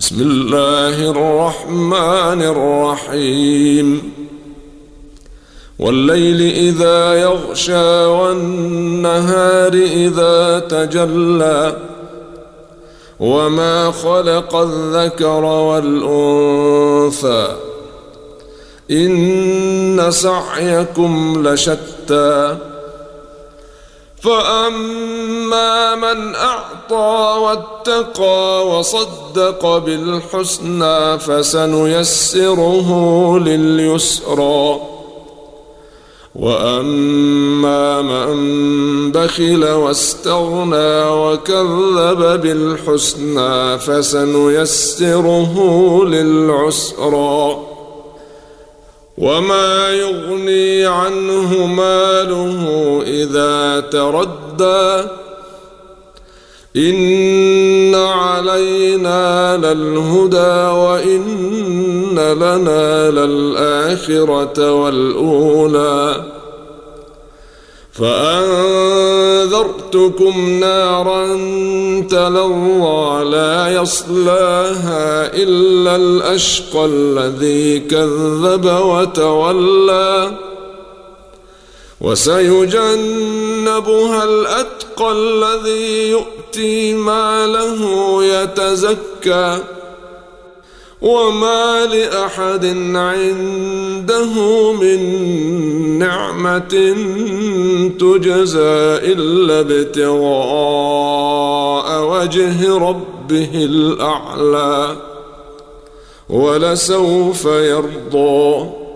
بسم الله الرحمن الرحيم والليل إذا يغشى والنهار إذا تجلى وما خلق الذكر والأنثى إن سعيكم لشتى فأما من أعطى واتقى وصدق بالحسنى فسنيسره لليسرى وأما من بخل واستغنى وكذب بالحسنى فسنيسره للعسرى وما يغني عنه ماله إذا تردى إن علينا للهدى وإن لنا للآخرة والأولى فأنذرتكم نارا تلظى لا يصلاها إلا الأشقى الذي كذب وتولى وسيجنبها الأتقى الذي يؤتي ماله يتزكى وما لأحد عنده من نعمة تجزى إلا ابتغاء وجه ربه الأعلى ولسوف يرضى